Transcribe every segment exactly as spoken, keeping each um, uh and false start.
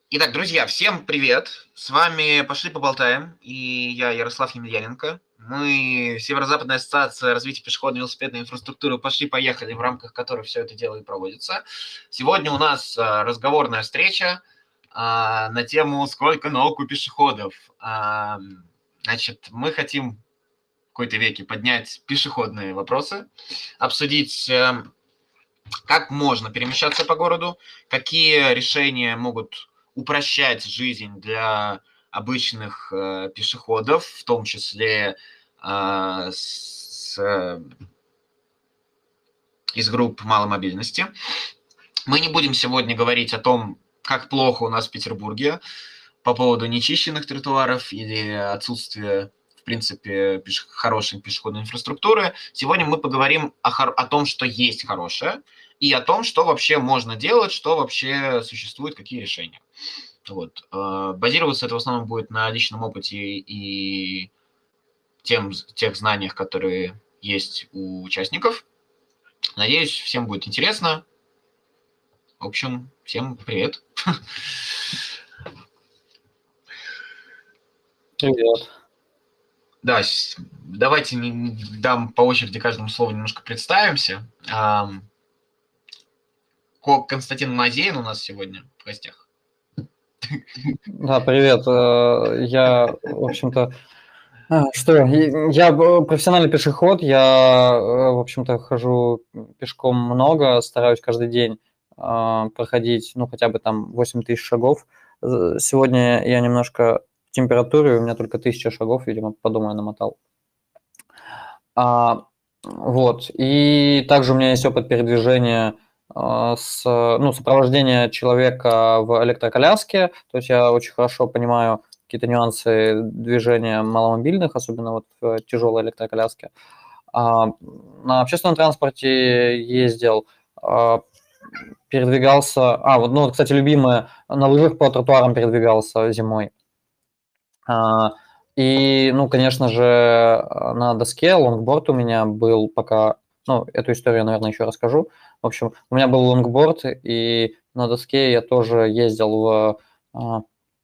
Итак, друзья, всем привет! С вами «Пошли поболтаем» и я, Ярослав Емельяненко. Мы Северо-Западная ассоциация развития пешеходной и велосипедной инфраструктуры «Пошли-поехали», в рамках которой все это дело и проводится. Сегодня у нас а, разговорная встреча а, на тему «Сколько ног у пешеходов?». А, значит, мы хотим в какой-то веке поднять пешеходные вопросы, обсудить, э, как можно перемещаться по городу, какие решения могут упрощать жизнь для обычных э, пешеходов, в том числе э, с, э, из групп малой мобильности. Мы не будем сегодня говорить о том, как плохо у нас в Петербурге по поводу нечищенных тротуаров или отсутствия, в принципе, пеш... хорошей пешеходной инфраструктуры. Сегодня мы поговорим о, хор... о том, что есть хорошее, и о том, что вообще можно делать, что вообще существует, какие решения. Вот. Базироваться это в основном будет на личном опыте и тем, тех знаниях, которые есть у участников. Надеюсь, всем будет интересно. В общем, всем привет. Привет. Да, давайте дам по очереди каждому слову немножко представимся. Константин Мазеин у нас сегодня в гостях. Да, привет. Э, Я, в общем-то, а, что, я б- профессиональный пешеход, я, э, в общем-то, хожу пешком много, стараюсь каждый день а, проходить, ну, хотя бы там восемь тысяч шагов. З- Сегодня я немножко в температуре, у меня только тысяча шагов, видимо, по дому я намотал. А, вот, и также у меня есть опыт передвижения а, с, ну, сопровождения человека в электроколяске, то есть я очень хорошо понимаю какие-то нюансы движения маломобильных, особенно вот в тяжелой электроколяске. А, на общественном транспорте ездил, а, передвигался, а, вот, ну, вот, кстати, любимое, на лыжах по тротуарам передвигался зимой. А, и, ну, конечно же, э, на доске лонгборд у меня был пока, ну, эту историю, наверное, еще расскажу. В общем, у меня был лонгборд, и на доске я тоже ездил в, а,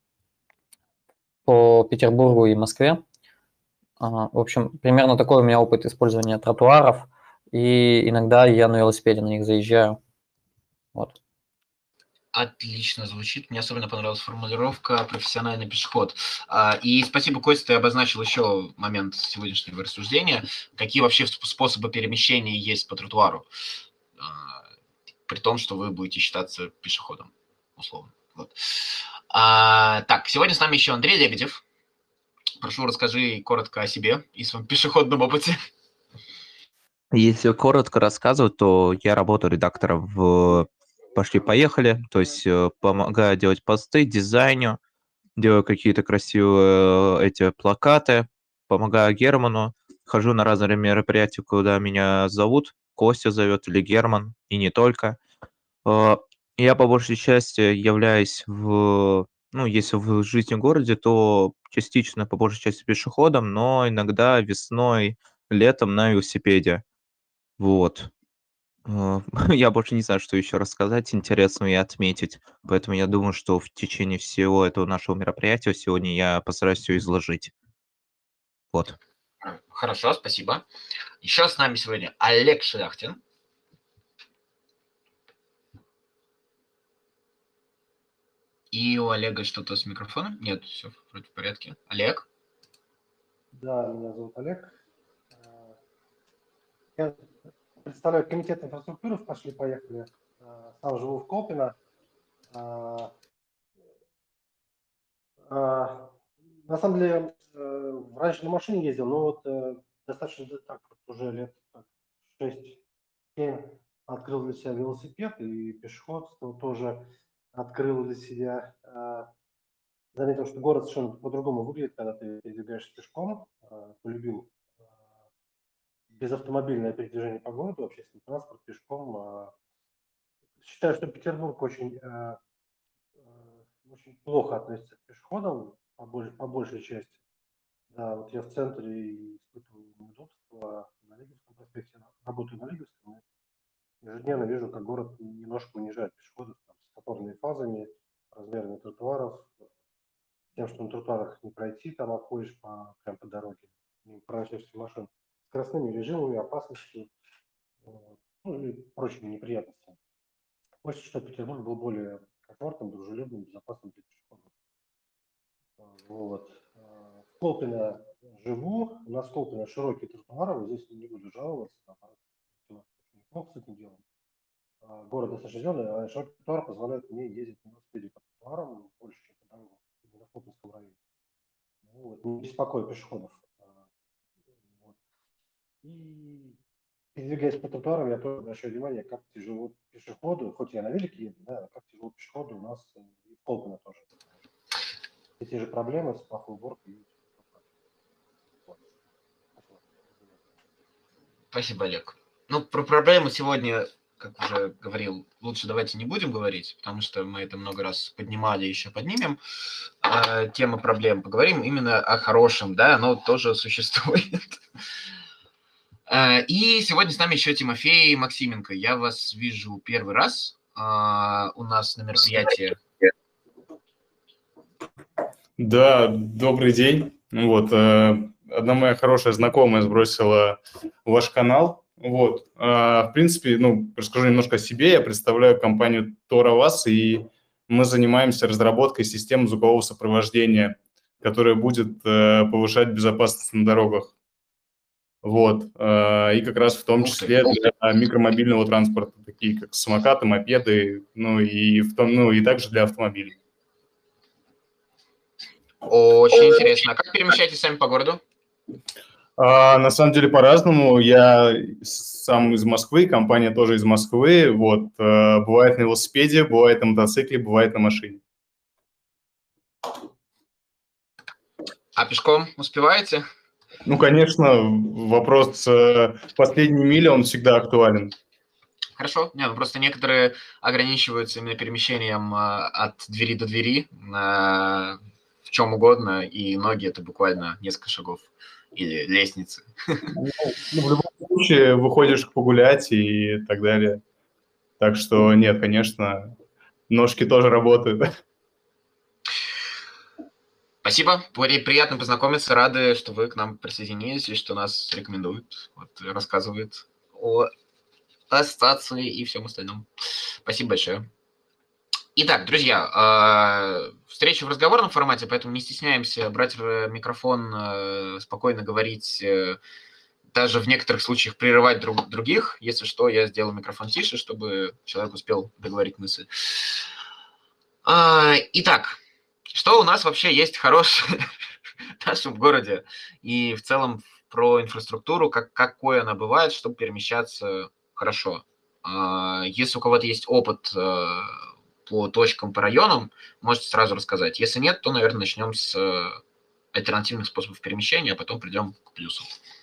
по Петербургу и Москве. А, В общем, примерно такой у меня опыт использования тротуаров, и иногда я на велосипеде на них заезжаю. Вот. Отлично звучит. Мне особенно понравилась формулировка «профессиональный пешеход». А, И спасибо, Костя, ты обозначил еще момент сегодняшнего рассуждения. Какие вообще сп- способы перемещения есть по тротуару, а, при том, что вы будете считаться пешеходом, условно. Вот. А, Так, сегодня с нами еще Андрей Лебедев. Прошу, расскажи коротко о себе и своем пешеходном опыте. Если коротко рассказывать, то я работаю редактором в «Пошли-поехали», то есть э, помогаю делать посты, дизайню, делаю какие-то красивые э, эти плакаты, помогаю Герману, хожу на разные мероприятия, куда меня зовут, Костя зовет или Герман, и не только. Э, Я по большей части являюсь в, ну, если в жизни в городе, то частично по большей части пешеходом, но иногда весной, летом на велосипеде. Вот. Э, я больше не знаю, что еще рассказать интересного и отметить. Поэтому я думаю, что в течение всего этого нашего мероприятия сегодня я постараюсь все изложить. Вот. Хорошо, спасибо. Еще с нами сегодня Олег Шляхтин. И у Олега что-то с микрофоном? Нет, все вроде в порядке. Олег? Да, меня зовут Олег. Э, Я представляю комитет инфраструктуры в «Пошли-поехали». Э, Сам живу в Колпино. Э, э, На самом деле, э, раньше на машине ездил, но вот э, достаточно так вот уже лет шесть-семь открыл для себя велосипед и пешеходство тоже открыл для себя. Э, Заметил, что город совершенно по-другому выглядит, когда ты передвигаешься пешком. Э, Полюбил э, безавтомобильное передвижение по городу, общественный транспорт, пешком. а, Считаю, что Петербург очень, э, э, очень плохо относится к пешеходам, по, боль- по большей части. Да, вот я в центре и испытываю неудобства на Лиговском проспекте, работаю на Лиговском, и ежедневно вижу, как город немножко унижает пешеходов там, с опорными фазами, размерами тротуаров, тем, что на тротуарах не пройти, там обходишь по, прям по дороге, не проносишься машин, скоростными режимами, опасностью, вот, ну и прочими неприятностями. Хочется, чтобы Петербург был более комфортным, дружелюбным, безопасным для пешеходов. Вот. В Колпино живу, у нас в Колпино широкие тротуары, вот здесь не буду жаловаться, наоборот, у нас неплохо с этим делом. Город достаточно зеленый, а широкий тротуар позволяет мне ездить на велосипеде по тротуарам больше, чем по дорогам, именно в Колпинском районе. Вот. Не беспокою пешеходов. Вот. И передвигаясь по тротуарам, я тоже обращаю внимание, как тяжело пешеходу, хоть я на велике еду, да, а как тяжело пешеходу у нас и в Колпино тоже. Все те же проблемы с плохой уборкой. Вот. Спасибо, Олег. Ну, про проблемы сегодня, как уже говорил, лучше давайте не будем говорить, потому что мы это много раз поднимали, еще поднимем. Э, тема проблем. Поговорим именно о хорошем, да, оно тоже существует. Э, и сегодня с нами еще Тимофей Максименко. Я вас вижу первый раз э, у нас на мероприятии. Да, добрый день. Вот, э, одна моя хорошая знакомая сбросила ваш канал. Вот, э, в принципе, ну, расскажу немножко о себе. Я представляю компанию TORAVAZ, и мы занимаемся разработкой системы звукового сопровождения, которая будет э, повышать безопасность на дорогах. Вот, э, и как раз в том числе для микромобильного транспорта, такие как самокаты, мопеды, ну и, в том, ну, и также для автомобилей. Очень интересно. А как перемещаетесь сами по городу? А, на самом деле по-разному. Я сам из Москвы, компания тоже из Москвы. Вот, а, бывает на велосипеде, бывает на мотоцикле, бывает на машине. А пешком успеваете? Ну, конечно, вопрос э, последней мили, он всегда актуален. Хорошо. Не, ну просто некоторые ограничиваются именно перемещением э, от двери до двери э, в чем угодно, и ноги это буквально несколько шагов или лестницы. Ну, в любом случае выходишь погулять и так далее. Так что нет, конечно, ножки тоже работают. Спасибо. Приятно познакомиться. Рады, что вы к нам присоединились и что нас рекомендуют, вот, рассказывают о ассоциации и всем остальном. Спасибо большое. Итак, друзья, встреча в разговорном формате, поэтому не стесняемся брать микрофон, спокойно говорить, даже в некоторых случаях прерывать друг других. Если что, я сделаю микрофон тише, чтобы человек успел договорить мысль. Итак, что у нас вообще есть хорошее в нашем городе и в целом про инфраструктуру, как, какой она бывает, чтобы перемещаться хорошо. Если у кого-то есть опыт по точкам, по районам, можете сразу рассказать. Если нет, то, наверное, начнем с альтернативных способов перемещения, а потом придем к плюсу.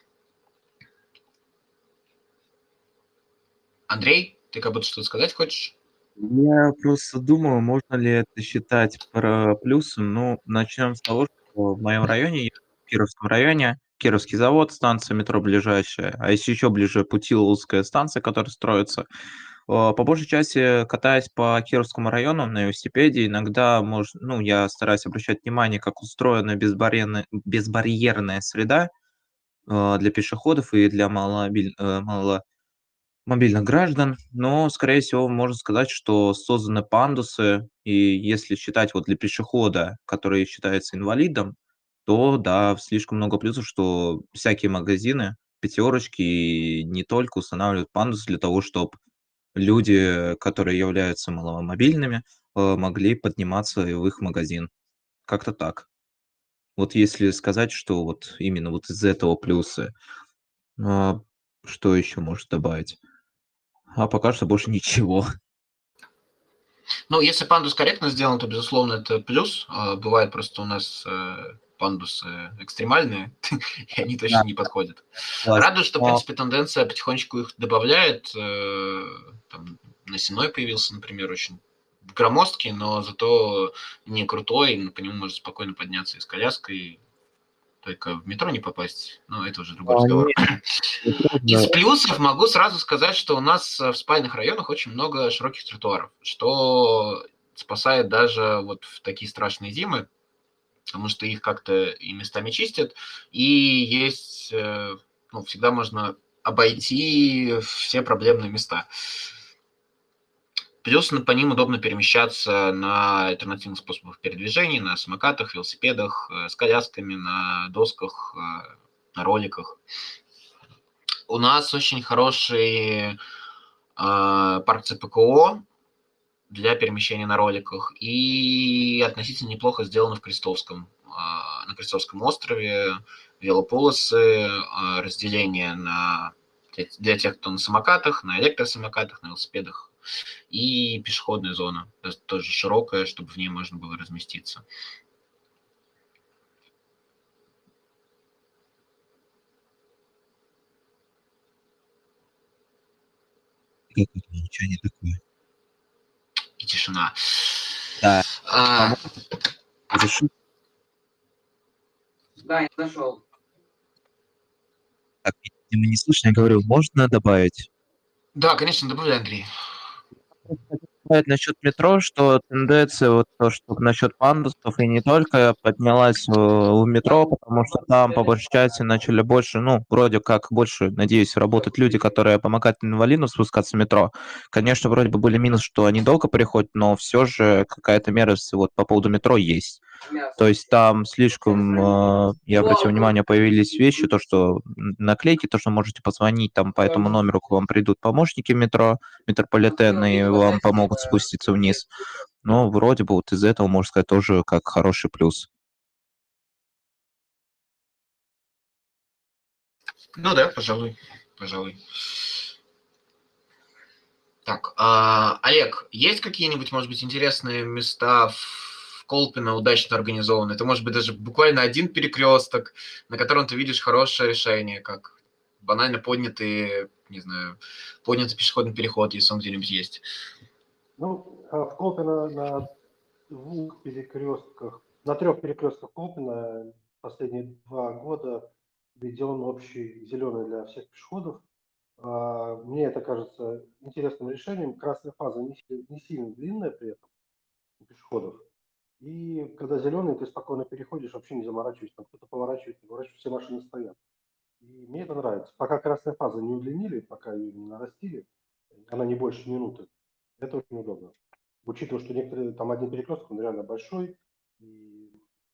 Андрей, ты как будто что-то сказать хочешь? Я просто думаю, можно ли это считать про плюсом. Ну, начнем с того, что в моем районе, я в Кировском районе, Кировский завод, станция метро ближайшая, а если еще ближе Путиловская станция, которая строится. По большей части, катаясь по Кировскому району на велосипеде, иногда мож... ну, я стараюсь обращать внимание, как устроена безбарьерная, безбарьерная среда э, для пешеходов и для маломобиль... э, маломобильных граждан, но, скорее всего, можно сказать, что созданы пандусы, и если считать вот для пешехода, который считается инвалидом, то да, слишком много плюсов, что всякие магазины, пятерочки и не только устанавливают пандусы для того, чтобы люди, которые являются маломобильными, э, могли подниматься в их магазин. Как-то так. Вот если сказать, что вот именно вот из этого плюсы, а, что еще может добавить? А пока что больше ничего. Ну, если пандус корректно сделан, то, безусловно, это плюс. Бывает просто у нас пандусы экстремальные, и они точно да. не подходят. Класс. Радует, что, в принципе, тенденция потихонечку их добавляет. Там, Насиной появился, например, очень громоздкий, но зато не крутой, по нему можно спокойно подняться и с коляской, только в метро не попасть, но это уже другой а разговор. Нет. Из плюсов могу сразу сказать, что у нас в спальных районах очень много широких тротуаров, что спасает даже вот в такие страшные зимы, потому что их как-то и местами чистят, и есть, э, ну, всегда можно обойти все проблемные места. Плюс по ним удобно перемещаться на альтернативных способах передвижения, на самокатах, велосипедах, э, с колясками, на досках, э, на роликах. У нас очень хороший э, парк ЦПКО для перемещения на роликах и относительно неплохо сделано в Крестовском, э, на Крестовском острове. Велополосы, э, разделение на, для, для тех, кто на самокатах, на электросамокатах, на велосипедах. И пешеходная зона, тоже широкая, чтобы в ней можно было разместиться. Какое-то молчание такое. И тишина. Да. А, По-моему, разреши- да, я нашел. Так, видимо, не слышно, я говорю, можно добавить? Да, конечно, добавляй, Андрей. Сказать насчет метро, что тенденция, вот то, что насчет пандусов и не только, поднялась э, в метро, потому что там, по большей части, начали больше, ну, вроде как больше, надеюсь, работать люди, которые помогают инвалидам спускаться в метро. Конечно, вроде бы были минусы, что они долго приходят, но все же какая-то мера вот по поводу метро есть. То есть там слишком, э, я обратил внимание, появились вещи, то, что н- наклейки, то, что можете позвонить там по этому номеру, к вам придут помощники метро, метрополитена, и вам помогут спуститься вниз. Ну, вроде бы вот из этого, можно сказать, тоже как хороший плюс. Ну да, пожалуй, пожалуй. Так, а, Олег, есть какие-нибудь, может быть, интересные места в Колпино удачно организованы? Это может быть даже буквально один перекресток, на котором ты видишь хорошее решение, как банально поднятый, не знаю, поднятый пешеходный переход, если он где-нибудь есть. Ну, а в Колпино на двух перекрестках, на трех перекрестках Колпино последние два года введен общий зеленый для всех пешеходов. А, Мне это кажется интересным решением. Красная фаза не, си- не сильно длинная при этом у пешеходов. И когда зеленый, ты спокойно переходишь, вообще не заморачиваясь, там кто-то поворачивает, не поворачивает, все машины стоят. И мне это нравится. Пока красная фаза не удлинили, пока ее не нарастили, она не больше минуты, это очень удобно. Учитывая, что некоторые, там один перекресток, он реально большой, и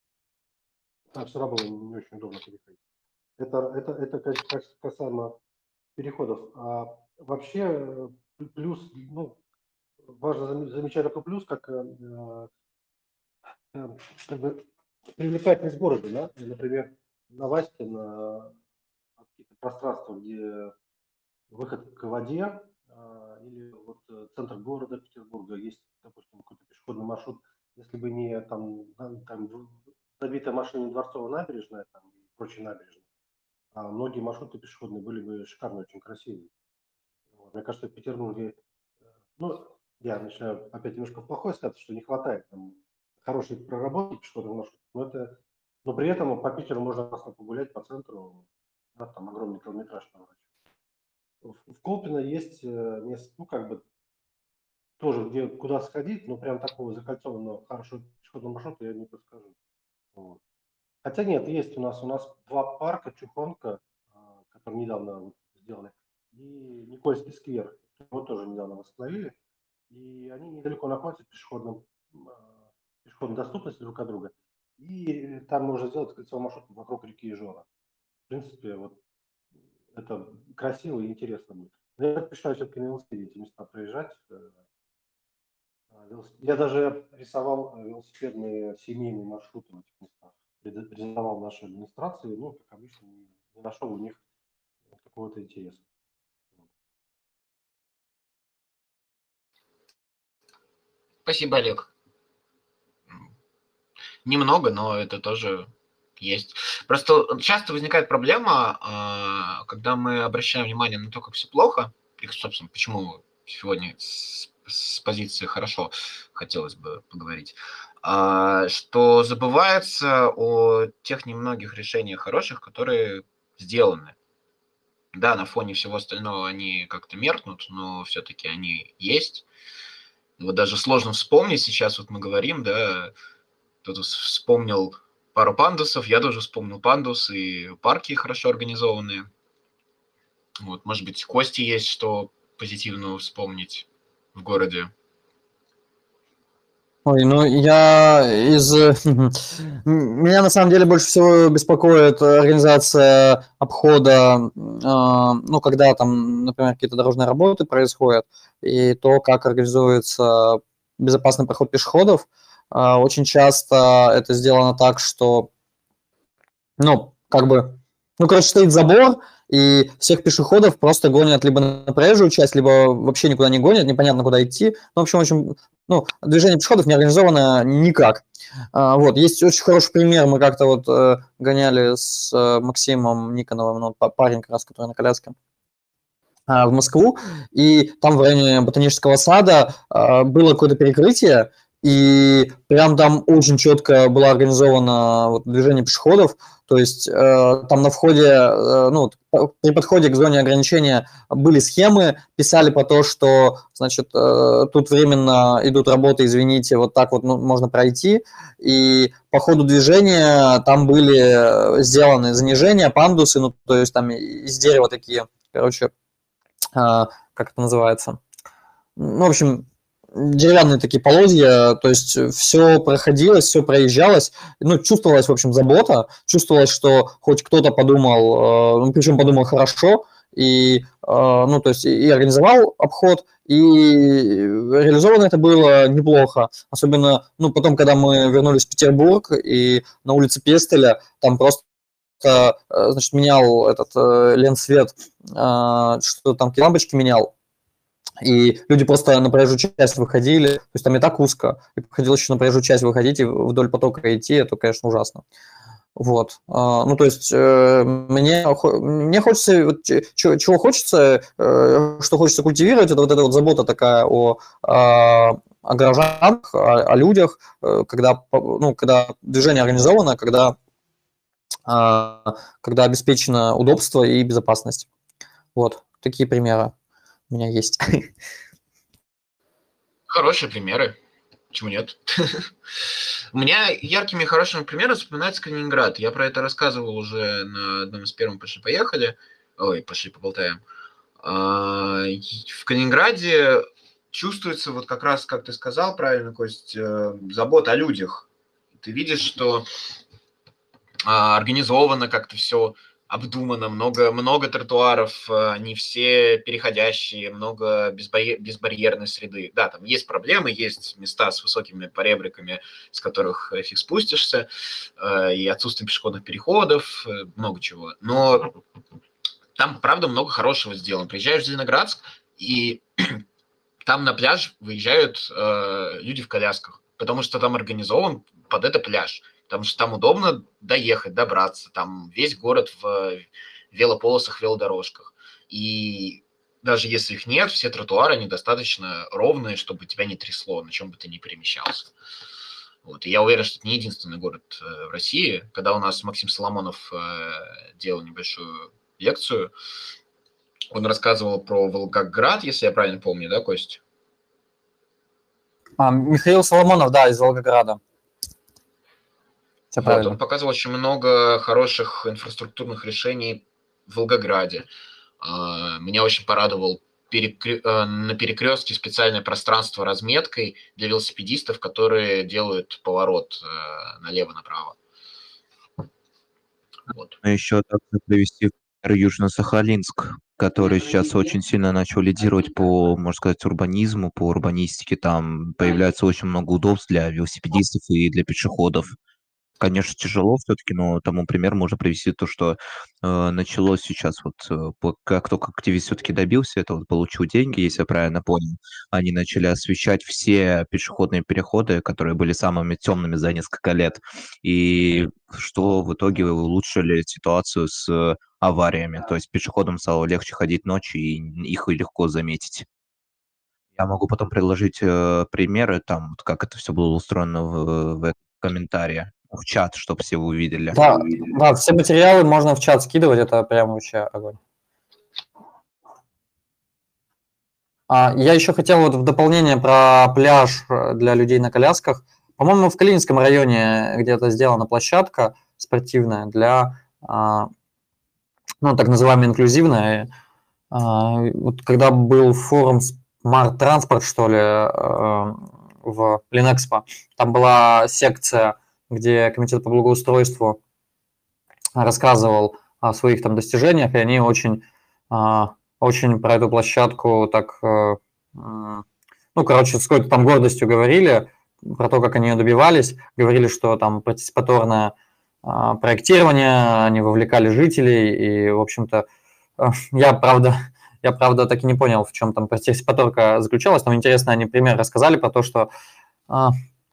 там все равно не очень удобно переходить. Это, это, это как, как касаемо переходов. А вообще э, плюс, ну, важно зам- замечать такой плюс, как э, э, как бы привлекательность города, да? Например, на Ваське, на каких-то пространствах, где выход к воде, а, или вот э, центр города Петербурга, есть, допустим, какой-то пешеходный маршрут, если бы не там, да, там в- забитая машина Дворцовая набережная там, и прочие набережные, а многие маршруты пешеходные были бы шикарные, очень красивые. Вот. Мне кажется, в Петербурге, э, ну, я начинаю опять немножко в плохое сказать, что не хватает там хорошей проработки пешеходных маршрутов, но это, но при этом по Питеру можно просто погулять по центру, да, там огромный километраж наворачивать. В в Колпино есть э, место, ну, как бы тоже, где куда сходить, но прям такого закольцованного хорошего пешеходного маршрута я не подскажу. Вот. Хотя нет, есть у нас, у нас два парка, Чухонка, а, которые недавно вот сделаны, и Никольский сквер, его тоже недавно восстановили, и они недалеко находятся в пешеходном, а, пешеходной доступности друг от друга. И там можно сделать кольцевой маршрут вокруг реки Ижора. В принципе, вот это красиво и интересно будет. Но я предпочитаю все-таки на велосипеде эти места проезжать. э, а, велос- Я даже рисовал э, велосипедные семейные маршруты в этих местах. Пред- Рисовал нашей администрации, ну, как обычно, не не нашел у них какого-то интереса. Спасибо, Олег. Немного, но это тоже есть. Просто часто возникает проблема, а, когда мы обращаем внимание на то, как все плохо, и, собственно, почему сегодня с, с позиции хорошо хотелось бы поговорить, а, что забывается о тех немногих решениях хороших, которые сделаны. Да, на фоне всего остального они как-то меркнут, но все-таки они есть. Вот даже сложно вспомнить сейчас, вот мы говорим, да, кто-то вспомнил пару пандусов, я тоже вспомнил пандус, и парки хорошо организованные. Вот, может быть, Кости есть, что позитивного вспомнить в городе. Ой, ну я из... Меня на самом деле больше всего беспокоит организация обхода, ну, когда там, например, какие-то дорожные работы происходят, и то, как организуется безопасный проход пешеходов. Очень часто это сделано так, что, ну, как бы, ну, короче, стоит забор, и всех пешеходов просто гонят либо на проезжую часть, либо вообще никуда не гонят, непонятно, куда идти. Ну, в общем, очень, ну, движение пешеходов не организовано никак. А, вот, есть очень хороший пример, мы как-то вот э, гоняли с э, Максимом Никоновым, ну, парень как раз, который на коляске, э, в Москву, и там в районе Ботанического сада э, было какое-то перекрытие, и прям там очень четко было организовано вот, движение пешеходов, то есть э, там на входе, э, ну, при подходе к зоне ограничения были схемы, писали по то, что, значит, э, тут временно идут работы, извините, вот так вот ну, можно пройти, и по ходу движения там были сделаны занижения, пандусы, ну, то есть там из дерева такие, короче, э, как это называется, ну, в общем, деревянные такие полозья, то есть все проходилось, все проезжалось, ну, чувствовалась, в общем, забота, чувствовалось, что хоть кто-то подумал, ну, причем подумал хорошо, и, ну, то есть и организовал обход, и реализовано это было неплохо, особенно, ну, потом, когда мы вернулись в Петербург, и на улице Пестеля, там просто значит, менял этот ленцвет, что там лампочки менял, и люди просто на проезжую часть выходили, то есть там и так узко, и приходилось еще на проезжую часть выходить и вдоль потока идти, это, конечно, ужасно. Вот. Ну, то есть мне, мне хочется, вот, чего, чего хочется, что хочется культивировать, это вот эта вот забота такая о, о горожанах, о, о людях, когда, ну, когда движение организовано, когда, когда обеспечено удобство и безопасность. Вот, такие примеры у меня есть. Хорошие примеры. Почему нет? У меня яркими хорошими примерами вспоминается Калининград. Я про это рассказывал уже на одном из первых «Пошли-поехали». Ой, пошли поболтаем. В Калининграде чувствуется, вот как раз, как ты сказал правильно, Кость, забота о людях. Ты видишь, что организовано как-то все, обдумано, много, много тротуаров, они все переходящие, много безбарьер, безбарьерной среды. Да, там есть проблемы, есть места с высокими поребриками, с которых фиг спустишься, и отсутствие пешеходных переходов, много чего. Но там, правда, много хорошего сделано. Приезжаешь в Зеленоградск, и там на пляж выезжают люди в колясках, потому что там организован под это пляж. Потому что там удобно доехать, добраться. Там весь город в велополосах, велодорожках. И даже если их нет, все тротуары, они достаточно ровные, чтобы тебя не трясло, на чем бы ты ни перемещался. Вот. И я уверен, что это не единственный город в России. Когда у нас Максим Соломонов делал небольшую лекцию, он рассказывал про Волгоград, если я правильно помню, да, Кость? А, Михаил Соломонов, да, из Волгограда. Вот, он показывал очень много хороших инфраструктурных решений в Волгограде. Меня очень порадовал перекр... на перекрестке специальное пространство разметкой для велосипедистов, которые делают поворот налево-направо. Вот. Еще также привести Южно-Сахалинск, который сейчас очень сильно начал лидировать по, можно сказать, урбанизму, по урбанистике. Там появляется очень много удобств для велосипедистов и для пешеходов. Конечно, тяжело все-таки, но тому пример можно привести то, что э, началось сейчас, вот э, как только активист все-таки добился этого, получил деньги, если я правильно понял, они начали освещать все пешеходные переходы, которые были самыми темными за несколько лет, и что в итоге улучшили ситуацию с авариями, то есть пешеходам стало легче ходить ночью, и их легко заметить. Я могу потом предложить э, примеры, там, как это все было устроено в, в комментарии. В чат, чтобы все увидели. Да, да, все материалы можно в чат скидывать, это прям вообще огонь. А, я еще хотел вот в дополнение про пляж для людей на колясках. По-моему, в Калининском районе где-то сделана площадка спортивная для, а, ну, так называемая инклюзивная. А, вот когда был форум «Смарт-транспорт», что ли, а, в Линэкспо, там была секция, где комитет по благоустройству рассказывал о своих там достижениях, и они очень, а, очень про эту площадку так, э, м, ну, короче, с какой-то там гордостью говорили про то, как они ее добивались, говорили, что там партиципаторное а, проектирование, они вовлекали жителей, и, в общем-то, э, я, правда, я, правда, так и не понял, в чем там партиципаторка заключалась. Там интересно, они пример рассказали про то, что а,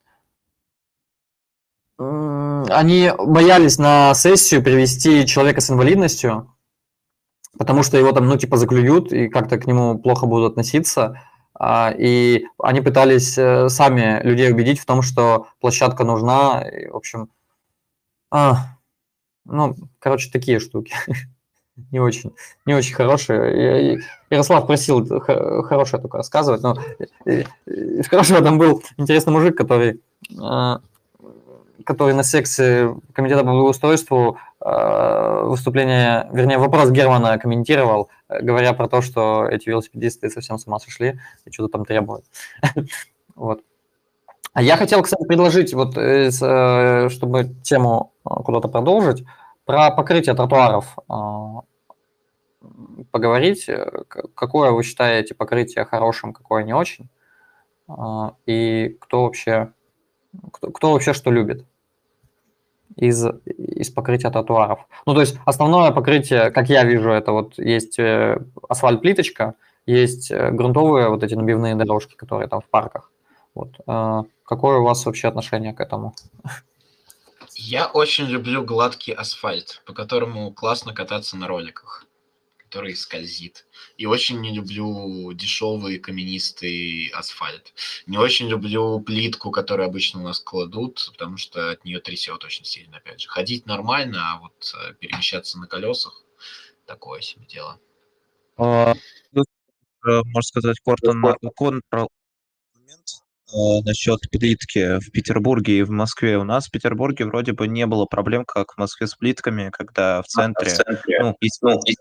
м, они боялись на сессию привести человека с инвалидностью, потому что его там, ну, типа, заклюют и как-то к нему плохо будут относиться. А, И они пытались э, сами людей убедить в том, что площадка нужна. И, в общем, а, ну, короче, такие штуки. Не очень, не очень хорошие. Я- Ярослав просил х- хорошее только рассказывать, но э, э, хорошего там был интересный мужик, который а, который на секции комитета по благоустройству э, выступление, вернее, вопрос Германа комментировал, э, говоря про то, что эти велосипедисты совсем с ума сошли и что-то там требуют. Вот. А я хотел, кстати, предложить, вот, э, с, э, чтобы тему э, куда-то продолжить, про покрытие тротуаров э, поговорить. Э, к- Какое вы считаете покрытие хорошим, какое не очень? Э, И кто вообще, кто, кто вообще что любит из, из покрытия тротуаров? Ну, то есть основное покрытие, как я вижу, это вот есть э, асфальт-плиточка, есть э, грунтовые вот эти набивные дорожки, которые там в парках. Вот. Э, Какое у вас вообще отношение к этому? Я очень люблю гладкий асфальт, по которому классно кататься на роликах, который скользит. И очень не люблю дешевый каменистый асфальт. Не очень люблю плитку, которую обычно у нас кладут, потому что от нее трясет очень сильно, опять же. Ходить нормально, а вот э, перемещаться на колесах такое себе дело. А, тут, э, можно сказать, Кортон на контр момент э, насчет плитки в Петербурге и в Москве. У нас в Петербурге вроде бы не было проблем, как в Москве с плитками, когда в центре, ну, есть...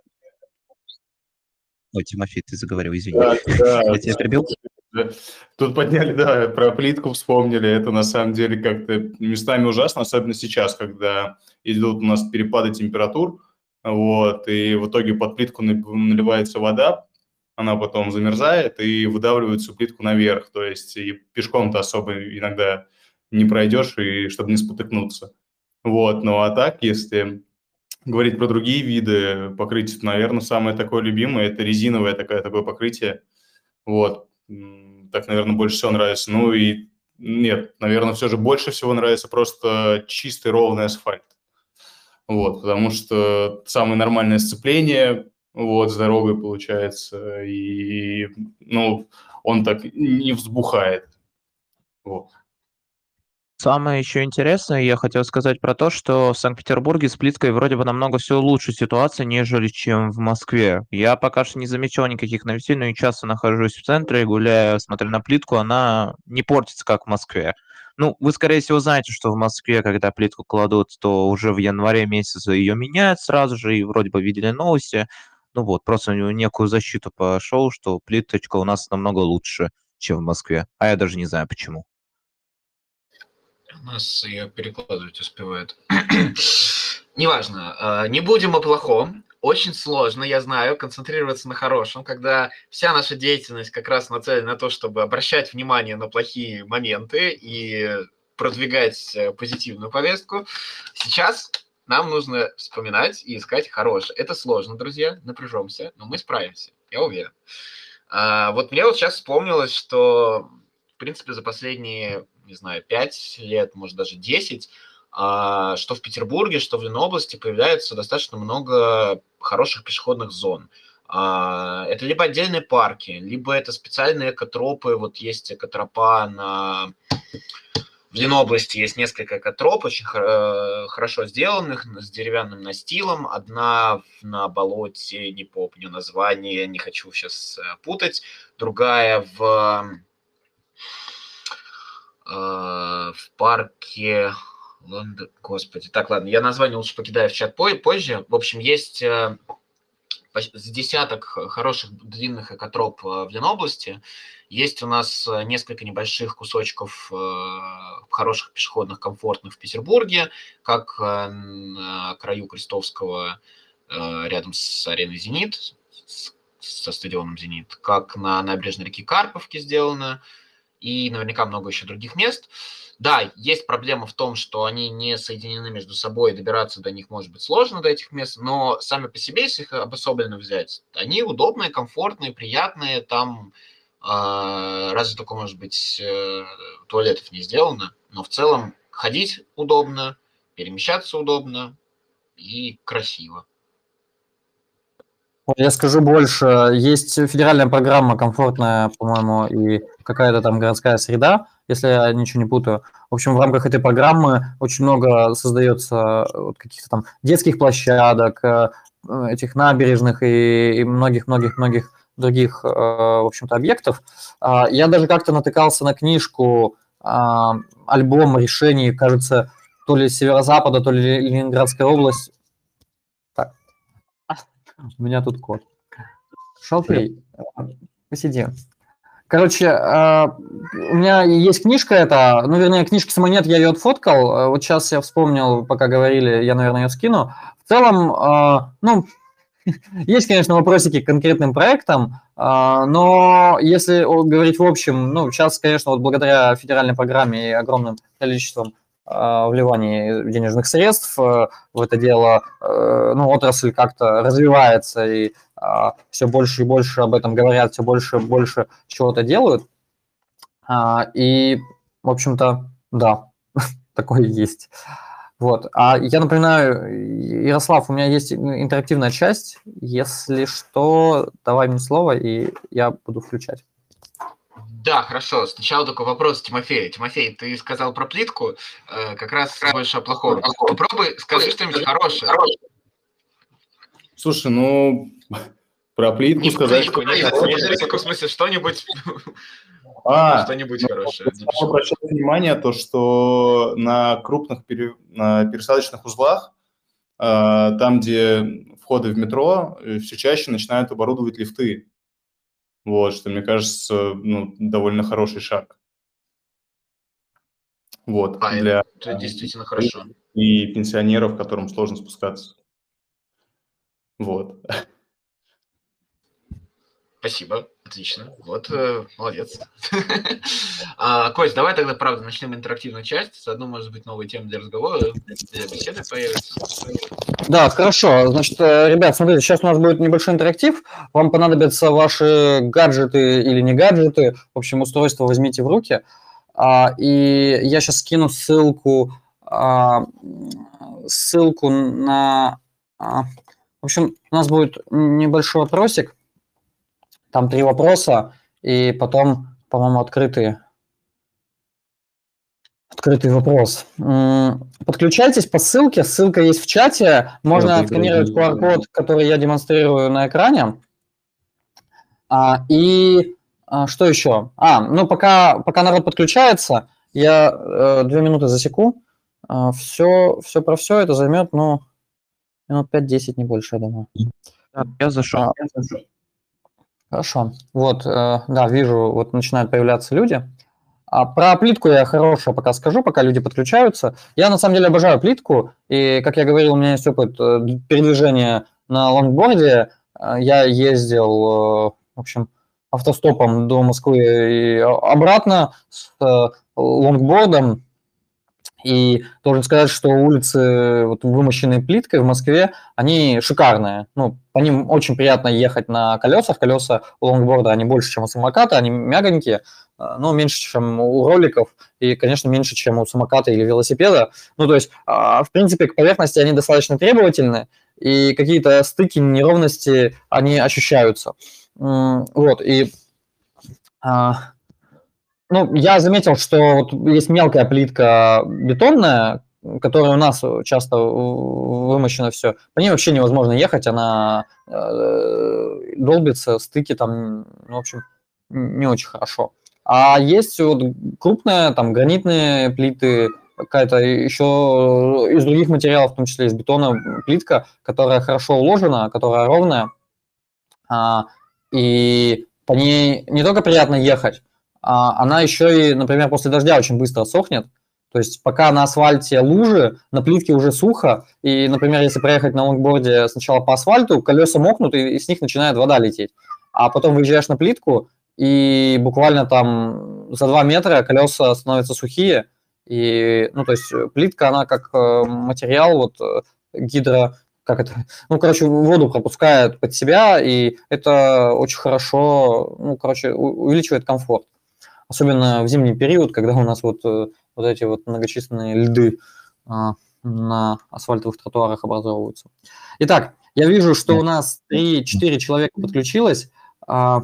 Ой, Тимофей, ты заговорил, извини. Да, да, Я тебя перебил? да. Тут подняли, да, про плитку вспомнили. Это на самом деле как-то местами ужасно, особенно сейчас, когда идут у нас перепады температур, вот, и в итоге под плитку на- наливается вода, она потом замерзает и выдавливает всю плитку наверх. То есть и пешком-то особо иногда не пройдешь, и чтобы не спотыкнуться. Вот, ну а так, если говорить про другие виды покрытия, то, наверное, самое такое любимое – это резиновое такое, такое покрытие. Вот. М, Так, наверное, больше всего нравится. Ну и нет, наверное, все же больше всего нравится просто чистый ровный асфальт. Вот, потому что самое нормальное сцепление вот, с дорогой получается, и ну, он так не взбухает. Вот. Самое еще интересное, я хотел сказать про то, что в Санкт-Петербурге с плиткой вроде бы намного все лучше ситуация, нежели чем в Москве. Я пока что не замечал никаких новостей, но и часто нахожусь в центре, гуляю, смотрю на плитку, она не портится, как в Москве. Ну, вы, скорее всего, знаете, что в Москве, когда плитку кладут, то уже в январе месяце ее меняют сразу же, и вроде бы видели новости. Ну вот, просто у него некую защиту пошел, что плиточка у нас намного лучше, чем в Москве. А я даже не знаю, почему. У нас ее перекладывать успевают. Неважно. а, Не будем о плохом. Очень сложно, я знаю, концентрироваться на хорошем, когда вся наша деятельность как раз нацелена на то, чтобы обращать внимание на плохие моменты и продвигать э, позитивную повестку. Сейчас нам нужно вспоминать и искать хорошее. Это сложно, друзья, напряжемся, но мы справимся, я уверен. А, Вот мне вот сейчас вспомнилось, что, в принципе, за последние, не знаю, пять лет, может, даже десять, а, что в Петербурге, что в Ленобласти появляется достаточно много хороших пешеходных зон. А, Это либо отдельные парки, либо это специальные экотропы. Вот есть экотропа на В Ленобласти есть несколько экотроп, очень хорошо сделанных, с деревянным настилом. Одна на болоте, не помню название, не хочу сейчас путать. Другая в, в парке... Господи, так, ладно, я название лучше покидаю в чат позже. В общем, есть с десяток хороших длинных экотроп в Ленобласти. Есть у нас несколько небольших кусочков хороших пешеходных, комфортных в Петербурге, как на краю Крестовского, рядом с ареной «Зенит», со стадионом «Зенит», как на набережной реки Карповки сделано, и наверняка много еще других мест. Да, есть проблема в том, что они не соединены между собой, и добираться до них может быть сложно, до этих мест, но сами по себе, если их обособленно взять, они удобные, комфортные, приятные, там э, разве только, может быть, э, туалетов не сделано, но в целом ходить удобно, перемещаться удобно и красиво. Я скажу больше, есть федеральная программа комфортная, по-моему, и какая-то там городская среда, если я ничего не путаю. В общем, в рамках этой программы очень много создается вот каких-то там детских площадок, этих набережных и многих-многих-многих других, в общем-то, объектов. Я даже как-то натыкался на книжку, альбом решений, кажется, то ли Северо-Запада, то ли Ленинградская область. Так. У меня тут кот. Шалфей, посиди. Короче, у меня есть книжка эта, ну, вернее, книжки самой нет, я ее отфоткал. Вот сейчас я вспомнил, пока говорили, я, наверное, ее скину. В целом, ну, есть, конечно, вопросики к конкретным проектам, но если говорить в общем, ну, сейчас, конечно, вот благодаря федеральной программе и огромным количеством вливании денежных средств в это дело, ну, отрасль как-то развивается, и все больше и больше об этом говорят, все больше и больше чего-то делают. И, в общем-то, да, такое есть. Вот. А я напоминаю, Ярослав, у меня есть интерактивная часть. Если что, давай мне слово, и я буду включать. Да, хорошо. Сначала такой вопрос Тимофею. Тимофей, ты сказал про плитку, э, как раз больше о плохом. Попробуй, скажи что-нибудь хорошее. Слушай, ну, про плитку не сказать... Плитку, не, не плитку, в смысле, что-нибудь, а, что-нибудь ну, хорошее. Я обращаю внимание, то, что на крупных пере... на пересадочных узлах, э, там, где входы в метро, все чаще начинают оборудовать лифты. Вот, что, мне кажется, ну, довольно хороший шаг. Вот, А, для это действительно хорошо. И пенсионеров, которым сложно спускаться. Вот. Спасибо, отлично. Вот, э, молодец. а, Кость, давай тогда, правда, начнем интерактивную часть. Заодно, может быть, новые темы для разговора, для беседы появятся. Да, хорошо. Значит, ребят, смотрите, сейчас у нас будет небольшой интерактив. Вам понадобятся ваши гаджеты или не гаджеты. В общем, устройство возьмите в руки. И я сейчас скину ссылку, ссылку на... В общем, у нас будет небольшой вопросик. Там три вопроса, и потом, по-моему, открытый, открытый вопрос. Подключайтесь по ссылке, ссылка есть в чате, можно отсканировать ку ар код, который я демонстрирую на экране. И что еще? А, ну пока, пока народ подключается, я две минуты засеку. Все, все про все это займет, ну, минут пять-десять, не больше, я думаю. Я зашел. Хорошо. Вот, э, да, вижу, вот начинают появляться люди. А про плитку я хорошо пока скажу, пока люди подключаются. Я на самом деле обожаю плитку, и, как я говорил, у меня есть опыт передвижения на лонгборде. Я ездил, в общем, автостопом до Москвы и обратно с лонгбордом. И должен сказать, что улицы, вот, вымощенные плиткой в Москве, они шикарные. Ну, по ним очень приятно ехать на колесах. Колеса у лонгборда, они больше, чем у самоката, они мягонькие, но меньше, чем у роликов, и, конечно, меньше, чем у самоката или велосипеда. Ну, то есть, в принципе, к поверхности они достаточно требовательны, и какие-то стыки, неровности, они ощущаются. Вот, и... Ну, я заметил, что вот есть мелкая плитка бетонная, которая у нас часто вымощена все. По ней вообще невозможно ехать, она э, долбится, стыки там, ну, в общем, не очень хорошо. А есть вот крупные там гранитные плиты, какая-то еще из других материалов, в том числе из бетона плитка, которая хорошо уложена, которая ровная, а, и по ней не только приятно ехать, а она еще и, например, после дождя очень быстро сохнет. То есть пока на асфальте лужи, на плитке уже сухо, и, например, если проехать на лонгборде сначала по асфальту, колеса мокнут, и, и с них начинает вода лететь. А потом выезжаешь на плитку, и буквально там за два метра колеса становятся сухие. И, ну, то есть плитка, она как материал, вот гидро, как это, ну, короче, воду пропускает под себя, и это очень хорошо, ну, короче, увеличивает комфорт. Особенно в зимний период, когда у нас вот, вот эти вот многочисленные льды а, на асфальтовых тротуарах образовываются. Итак, я вижу, что у нас три-четыре человека подключилось. А,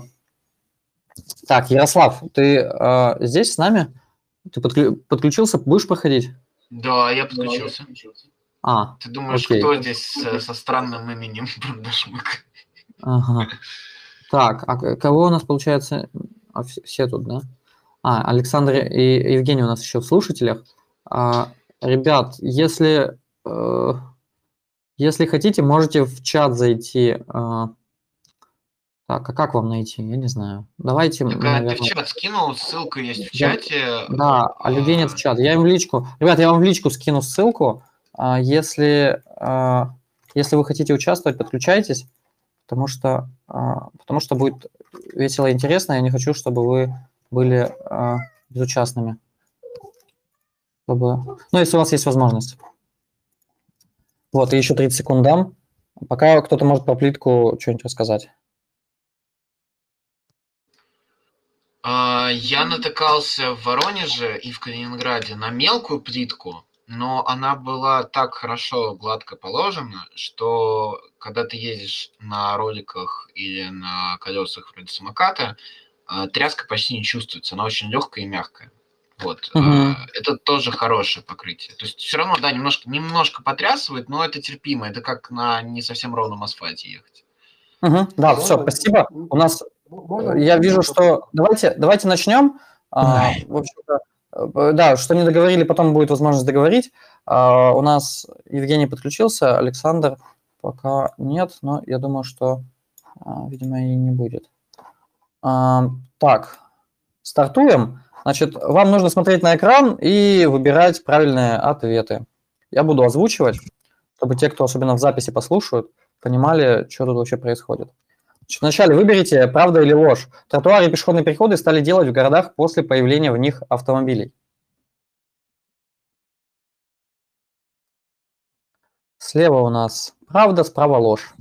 так, Ярослав, ты а, здесь с нами? Ты подклю- подключился, будешь проходить? Да, я подключился. А, Ты думаешь, окей. кто здесь со, со странным именем Брандашмык? Ага. Так, а к- кого у нас получается? А, все, все тут, да? А, Александр и Евгений у нас еще в слушателях. А, ребят, если, э, если хотите, можете в чат зайти. А, так, а как вам найти? Я не знаю. Давайте, Так, а наверное... ты в чат скинул, ссылка есть в Я- чате. Да, а людей нет в чат. Я им в личку... Ребят, я вам в личку скину ссылку. А, если, а, если вы хотите участвовать, подключайтесь, потому что, а, потому что будет весело и интересно. Я не хочу, чтобы вы были а, безучастными. Чтобы... Ну, если у вас есть возможность. Вот, и еще тридцать секунд дам. Пока кто-то может про плитку что-нибудь рассказать. А, Я натыкался в Воронеже и в Калининграде на мелкую плитку, но она была так хорошо гладко положена, что когда ты ездишь на роликах или на колесах вроде самоката, а, тряска почти не чувствуется, она очень легкая и мягкая. Вот. Угу. а, Это тоже хорошее покрытие. То есть все равно, да, немножко, немножко потрясывает, но это терпимо. Это как на не совсем ровном асфальте ехать. Угу. Да, все, Можно? спасибо. У нас, Можно? я вижу, что... Давайте, давайте начнем. А, Ой. в общем-то, э, да, что не договорили, потом будет возможность договорить. А, у нас Евгений подключился, Александр пока нет, но я думаю, что, а, видимо, и не будет. А, так, стартуем. Значит, вам нужно смотреть на экран и выбирать правильные ответы. Я буду озвучивать, чтобы те, кто особенно в записи послушают, понимали, что тут вообще происходит. Значит, вначале выберите, правда или ложь. Тротуары и пешеходные переходы стали делать в городах после появления в них автомобилей. Слева у нас правда, справа ложь.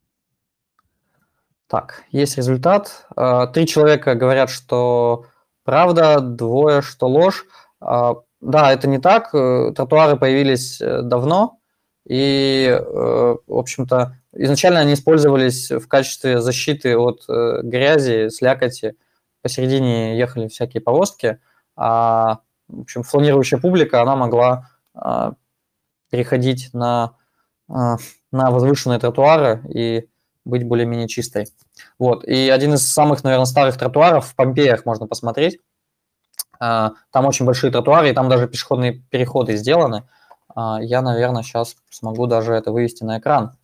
Так, есть результат. А, Три человека говорят, что правда, двое, что ложь. А, Да, это не так. Э, Тротуары появились э, давно, и, э, в общем-то, изначально они использовались в качестве защиты от э, грязи, слякоти. Посередине ехали всякие повозки, а, в общем, фланирующая публика, она могла а, переходить на, а, на возвышенные тротуары и быть более-менее чистой. Вот. И один из самых, наверное, старых тротуаров в Помпеях можно посмотреть. А, Там очень большие тротуары, и там даже пешеходные переходы сделаны. А, Я, наверное, сейчас смогу даже это вывести на экран.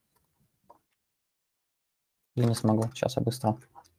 Или не смогу. Сейчас я быстро.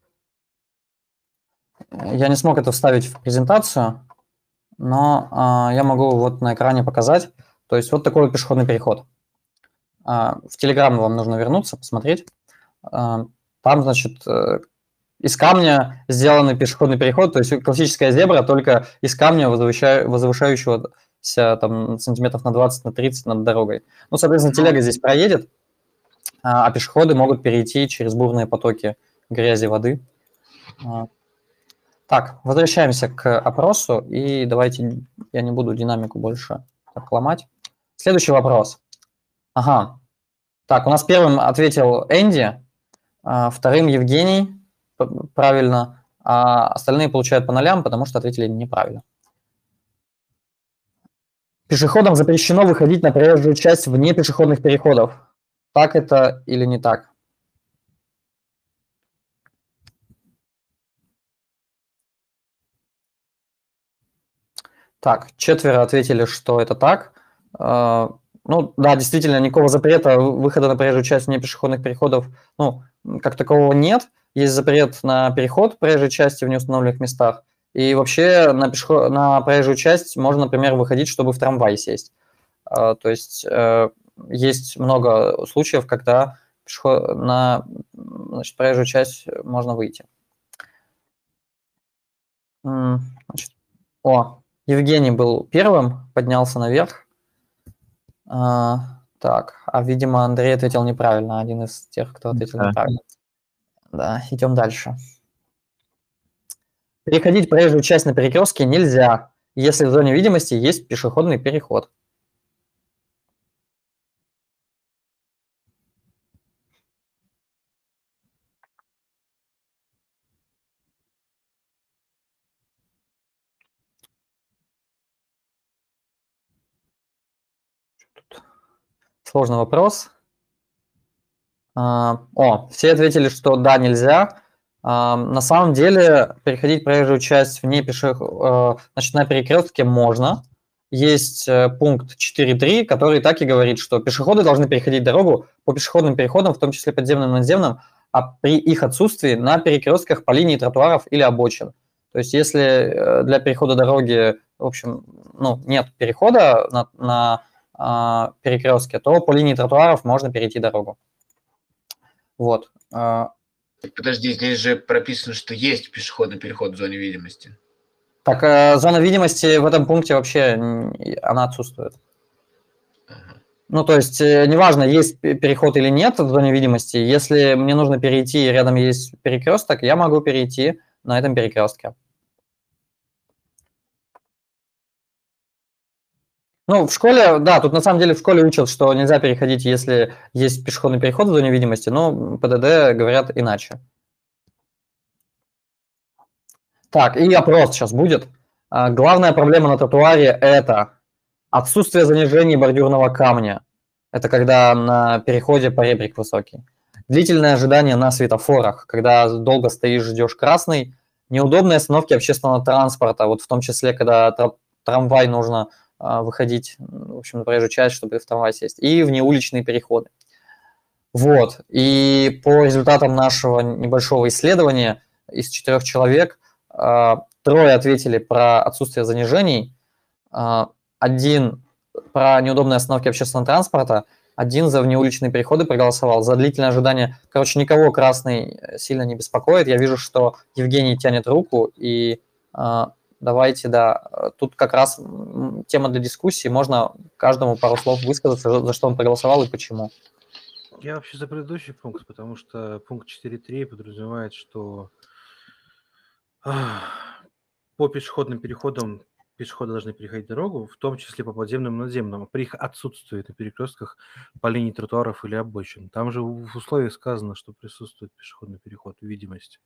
Я не смог это вставить в презентацию, но а, я могу вот на экране показать. То есть вот такой вот пешеходный переход. А, В Telegram вам нужно вернуться, посмотреть. А, Там, значит, э, из камня сделанный пешеходный переход, то есть классическая зебра, только из камня, возвыша- возвышающегося там сантиметров на двадцать, на тридцать над дорогой. Ну, соответственно, телега здесь проедет, а а пешеходы могут перейти через бурные потоки грязи, воды. А, Так, возвращаемся к опросу, и давайте я не буду динамику больше так ломать. Следующий вопрос. Ага. Так, у нас первым ответил Энди, а вторым Евгений, п- правильно, а остальные получают по нолям, потому что ответили неправильно. Пешеходам запрещено выходить на проезжую часть вне пешеходных переходов. Так это или не так? Так, четверо ответили, что это так. Ну, да, действительно, никакого запрета выхода на проезжую часть вне пешеходных переходов, ну, как такового нет. Есть запрет на переход проезжей части в неустановленных местах. И вообще на, пешеход... на проезжую часть можно, например, выходить, чтобы в трамвай сесть. То есть есть много случаев, когда пешеход... на значит, проезжую часть можно выйти. Значит, о, Евгений был первым, поднялся наверх. А, так, а, видимо, Андрей ответил неправильно, один из тех, кто ответил Да. неправильно. Да, идем дальше. Переходить проезжую часть на перекрестке нельзя, если в зоне видимости есть пешеходный переход. Сложный вопрос. А, о, все ответили, что да, нельзя. А, на самом деле переходить проезжую часть вне пешеход... Значит, на перекрестке можно. Есть пункт четыре точка три, который так и говорит, что пешеходы должны переходить дорогу по пешеходным переходам, в том числе подземным и надземным, а при их отсутствии на перекрестках по линии тротуаров или обочин. То есть если для перехода дороги, в общем, ну, нет перехода на, на а, перекрестке, то по линии тротуаров можно перейти дорогу. Вот. Подожди, здесь же прописано, что есть пешеходный переход в зоне видимости. Так, э, зона видимости в этом пункте вообще она отсутствует. Ага. Ну, то есть, э, неважно, есть переход или нет в зоне видимости, если мне нужно перейти, и рядом есть перекресток, я могу перейти на этом перекрестке. Ну, в школе, да, тут на самом деле в школе учат, что нельзя переходить, если есть пешеходный переход в зоне видимости, но ПДД говорят иначе. Так, и опрос сейчас будет. Главная проблема на тротуаре – это отсутствие занижения бордюрного камня. Это когда на переходе поребрик высокий. Длительное ожидание на светофорах, когда долго стоишь, ждешь красный. Неудобные остановки общественного транспорта, вот в том числе, когда трамвай нужно выходить, в общем, на проезжую часть, чтобы в трамвай сесть. И внеуличные переходы. Вот. И по результатам нашего небольшого исследования из четырех человек трое ответили про отсутствие занижений, один про неудобные остановки общественного транспорта, один за внеуличные переходы проголосовал, за длительное ожидание. Короче, никого красный сильно не беспокоит. Я вижу, что Евгений тянет руку, и давайте, да, тут как раз тема для дискуссии, можно каждому пару слов высказаться, за что он проголосовал и почему. Я вообще за предыдущий пункт, потому что пункт четыре точка три подразумевает, что по пешеходным переходам пешеходы должны переходить дорогу, в том числе по подземным и надземным, при их отсутствии на перекрестках по линии тротуаров или обочин. Там же в условиях сказано, что присутствует пешеходный переход, видимость.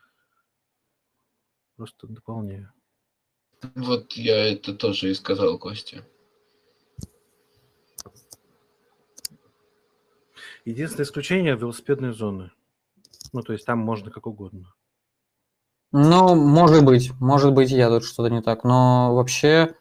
Просто дополняю. Вот я это тоже и сказал, Костя. Единственное исключение – велосипедные зоны. Ну, то есть там можно как угодно. Ну, может быть, может быть, я тут что-то не так, но вообще...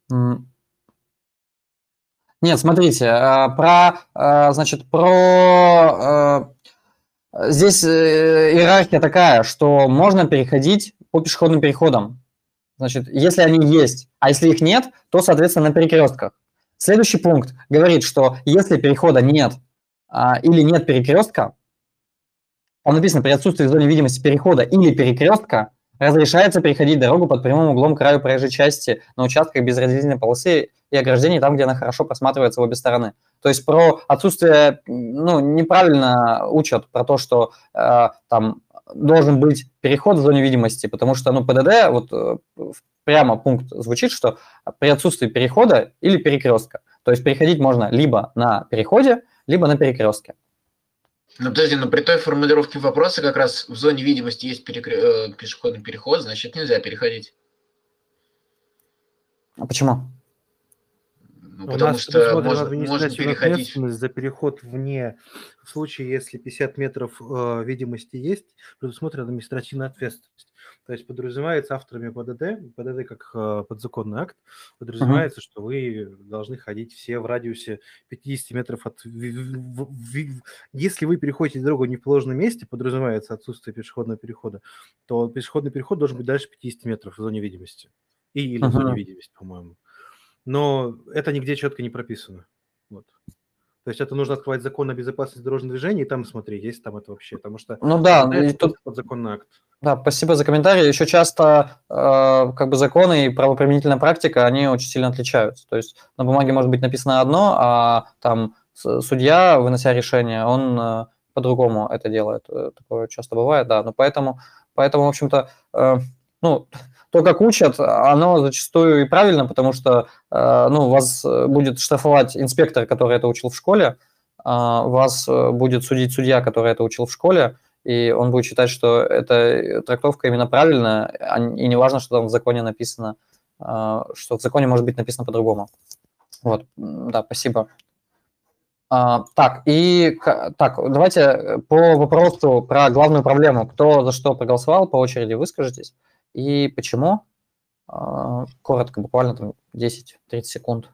Нет, смотрите, про, значит, про... Здесь иерархия такая, что можно переходить по пешеходным переходам. Значит, если они есть, а если их нет, то, соответственно, на перекрестках. Следующий пункт говорит, что если перехода нет или нет перекрестка, там написано, при отсутствии в зоне видимости перехода или перекрестка разрешается переходить дорогу под прямым углом к краю проезжей части на участках без разделительной полосы и ограждений, там, где она хорошо просматривается в обе стороны. То есть про отсутствие, ну, неправильно учат про то, что э, там должен быть переход в зоне видимости, потому что, ну, ПДД, вот э, прямо пункт звучит, что при отсутствии перехода или перекрестка. То есть переходить можно либо на переходе, либо на перекрестке. Ну, подожди, но при той формулировке вопроса как раз в зоне видимости есть перекре- э, пешеходный переход, значит, нельзя переходить. А почему? Ну, У потому нас что предусмотрена можно, можно административная переходить. ответственность за переход вне. В случае, если пятьдесят метров э, видимости есть, предусмотрена административная ответственность. То есть подразумевается авторами ПДД, ПДД как э, подзаконный акт, подразумевается, что вы должны ходить все в радиусе пятьдесят метров от... ви- в- ви- Если вы переходите дорогу не в положенном месте, подразумевается отсутствие пешеходного перехода, то пешеходный переход должен быть дальше пятьдесят метров в зоне видимости. И, или в зоне Мгм. видимости, по-моему. Но это нигде четко не прописано. Вот. То есть это нужно открывать закон о безопасности дорожного движения и там смотреть, есть там это вообще. Потому что Ну да, ПДД – и это тут просто подзаконный акт. да, спасибо за комментарий. Еще часто э, как бы законы и правоприменительная практика, они очень сильно отличаются. То есть на бумаге может быть написано одно, а там с- судья, вынося решение, он э, по-другому это делает. Э, Такое часто бывает, да. Но поэтому, поэтому в общем-то, э, ну, то, как учат, оно зачастую и правильно, потому что э, ну, вас э, будет штрафовать инспектор, который это учил в школе, а вас э, будет судить судья, который это учил в школе, и он будет считать, что эта трактовка именно правильная, а н- и не важно, что там в законе написано, а, что в законе может быть написано по-другому. Вот, м, да, спасибо. А, так, и к- так, давайте э, по вопросу про главную проблему. Кто за что проголосовал, по очереди выскажитесь и почему. А, коротко, буквально там десять-тридцать секунд.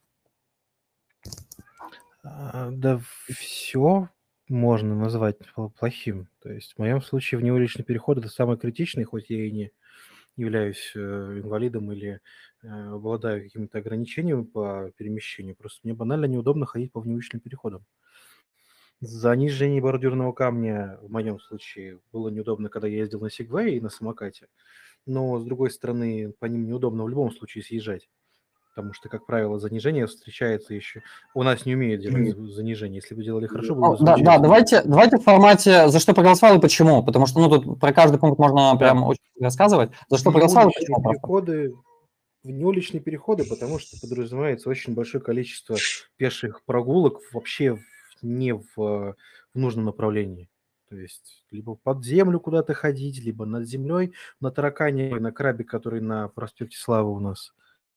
А, Да все можно назвать пл- плохим. То есть в моем случае внеуличный переход – это самый критичный, хоть я и не являюсь э, инвалидом или э, обладаю какими-то ограничениями по перемещению. Просто мне банально неудобно ходить по внеуличным переходам. Занижение бордюрного камня в моем случае было неудобно, когда я ездил на Сегвее и на самокате. Но, с другой стороны, по ним неудобно в любом случае съезжать, потому что, как правило, занижение встречается еще... У нас не умеют делать за- занижение. Если бы делали хорошо, было Ну, бы да, да, замечательно. давайте, давайте в формате «За что проголосовал и почему», потому что ну, тут про каждый пункт можно Да. прям очень рассказывать. «За что проголосовал и Неуличные почему» просто. переходы, неуличные переходы, потому что подразумевается очень большое количество пеших прогулок вообще в- не в, э, в нужном направлении. То есть либо под землю куда-то ходить, либо над землей, на таракане, на крабе, который на проспекте Славы у нас.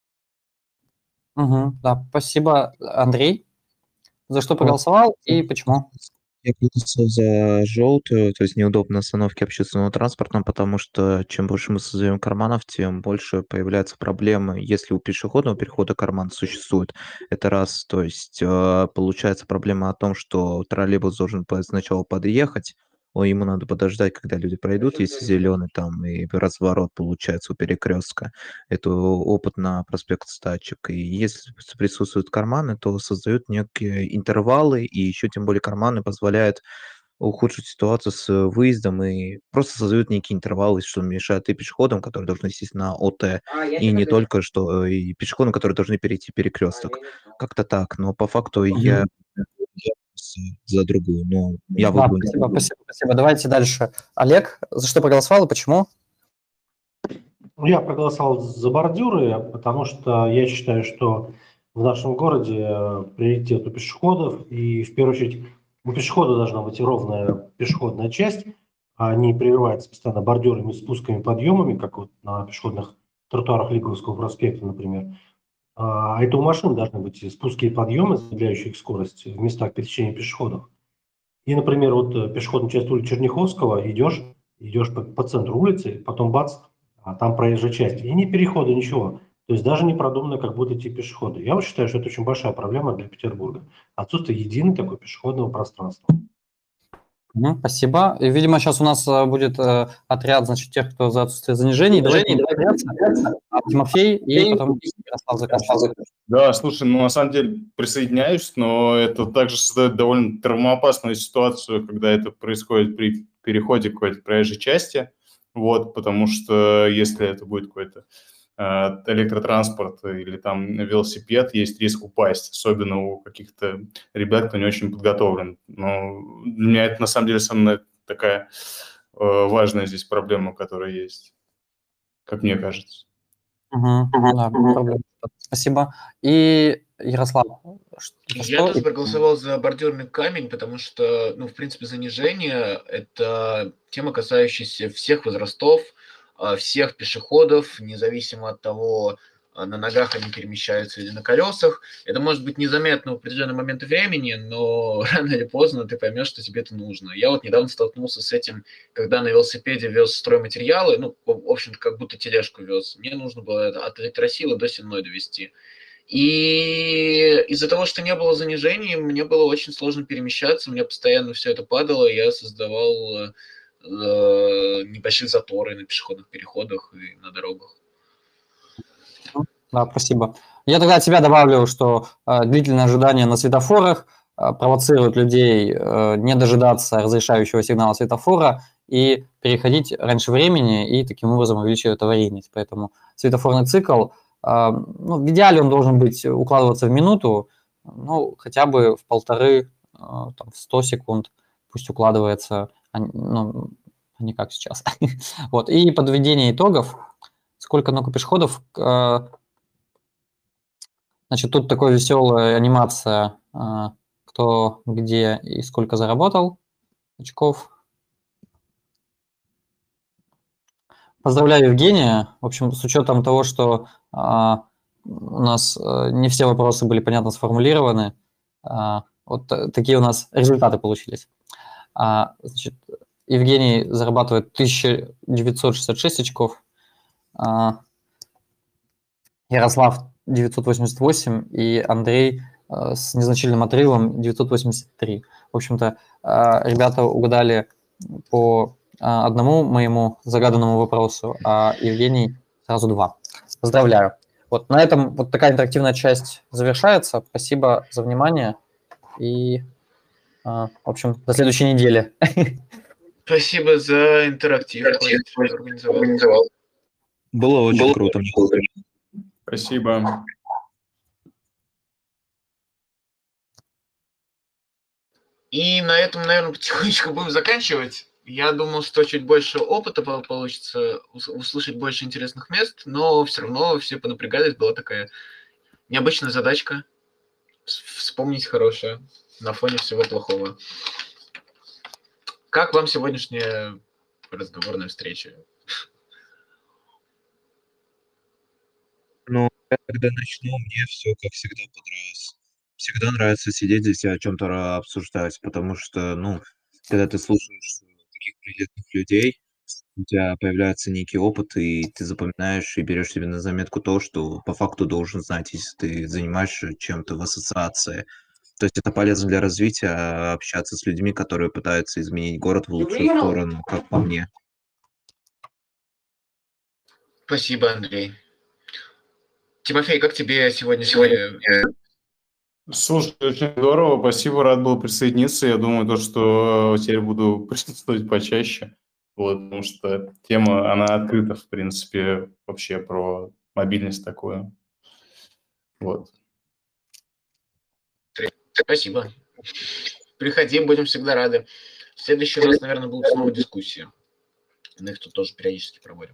Мгм, да, спасибо, Андрей. За что А, проголосовал и почему? Я голосую за желтую, то есть неудобно остановки общественного транспорта, потому что чем больше мы создаем карманов, тем больше появляются проблемы, если у пешеходного перехода карман существует. Это раз, то есть э, получается проблема о том, что троллейбус должен по- сначала подъехать, о, ему надо подождать, когда люди пройдут, если зеленый там, и разворот получается у перекрестка. Это опыт на проспект Стачек. И если присутствуют карманы, то создают некие интервалы, и еще тем более карманы позволяют ухудшить ситуацию с выездом и просто создают некие интервалы, что мешает и пешеходам, которые должны сесть на ОТ, и не только что э, и пешеходам, которые должны перейти перекресток. Как-то так, но по факту я, Мгм. я за другую, но я Да, выберу не спасибо, другую. спасибо, спасибо. Давайте дальше. Олег, за что проголосовал и почему? Ну, я проголосовал за бордюры, потому что я считаю, что в нашем городе э, приоритет у пешеходов, и в первую очередь у пешехода должна быть ровная пешеходная часть, а не прерывается постоянно бордюрами, спусками, подъемами, как вот на пешеходных тротуарах Лиговского проспекта, например. А это у машин должны быть и спуски и подъемы, замедляющие их скорость в местах пересечения пешеходов. И, например, вот э, пешеходная часть улицы Черняховского, идешь, идешь по, по центру улицы, потом бац, а там проезжая часть. И ни перехода, ничего. То есть даже не продумано, как будут идти пешеходы. Я вот считаю, что это очень большая проблема для Петербурга. Отсутствие единого такого пешеходного пространства. Мгм, спасибо. И, видимо, сейчас у нас э, будет э, отряд, значит, тех, кто за отсутствие занижений. Давайте не повторяться. А, Тимофей и потом Ярослав закончит. Да, слушай, ну на самом деле присоединяюсь, но это также создает довольно травмоопасную ситуацию, когда это происходит при переходе какой-то проезжей части, вот, потому что если это будет какой-то э, электротранспорт или там велосипед, есть риск упасть, особенно у каких-то ребят, кто не очень подготовлен. Но для меня это на самом деле самая такая э, важная здесь проблема, которая есть, как мне кажется. Мгм, да, без проблем. Спасибо. И Ярослав, ш- Я что? тоже проголосовал за бордюрный камень, потому что, ну, в принципе, занижение – это тема, касающаяся всех возрастов, а, всех пешеходов, независимо от того, а, на ногах они перемещаются или на колесах. Это может быть незаметно в определенный момент времени, но рано или поздно ты поймешь, что тебе это нужно. Я вот недавно столкнулся с этим, когда на велосипеде вез стройматериалы, ну, в в общем-то, как будто тележку вез. Мне нужно было это от электросилы до Сенной довести. И из-за того, что не было занижений, мне было очень сложно перемещаться, мне постоянно все это падало, я создавал э, э, небольшие заторы на пешеходных переходах и на дорогах. Да, спасибо. Я тогда от себя добавлю, что э, длительное ожидание на светофорах э, провоцирует людей э, не дожидаться разрешающего сигнала светофора и переходить раньше времени, и таким образом увеличивает аварийность. Поэтому светофорный цикл, э, ну, в идеале он должен быть укладываться в минуту, ну, хотя бы в полторы, э, там, в сто секунд пусть укладывается, а, н- ну, а не как сейчас. Вот. И подведение итогов. Сколько много пешеходов, э, значит, тут такая веселая анимация, а, кто где и сколько заработал очков. Поздравляю Евгения. В общем, с учетом того, что а, у нас а, не все вопросы были понятно сформулированы, а, вот та- такие у нас результаты получились. А, значит, Евгений зарабатывает тысяча девятьсот шестьдесят шесть очков, а, Ярослав девятьсот восемьдесят восемь и Андрей э, с незначительным отрывом девятьсот восемьдесят три. В общем-то, э, ребята угадали по э, одному моему загаданному вопросу, а Евгений сразу два. Поздравляю. Вот на этом вот такая интерактивная часть завершается. Спасибо за внимание и, э, в общем, до следующей недели. Спасибо за интерактив, Кость, что организовал. Было очень круто. Спасибо. И на этом, наверное, потихонечку будем заканчивать. Я думал, что чуть больше опыта по- получится, ус- услышать больше интересных мест, но все равно все понапрягались. Была такая необычная задачка вс- вспомнить хорошее на фоне всего плохого. Как вам сегодняшняя разговорная встреча? Ну, я когда начну, мне все, как всегда, понравилось. Всегда нравится сидеть здесь и о чем то обсуждать, потому что, ну, когда ты слушаешь, э, таких приятных людей, у тебя появляется некий опыт, и ты запоминаешь и берешь себе на заметку то, что по факту должен знать, если ты занимаешься чем-то в ассоциации. То есть это полезно для развития, а, общаться с людьми, которые пытаются изменить город в лучшую сторону, как по мне. Спасибо, Андрей. Тимофей, как тебе сегодняшняя... Слушай, очень здорово, спасибо, рад был присоединиться. Я думаю, то, что теперь буду присутствовать почаще, вот, потому что тема, она открыта, в принципе, вообще про мобильность такую. Вот. Спасибо. Приходи, будем всегда рады. В следующий раз, наверное, будут снова дискуссии. Мы их тут тоже периодически проводим.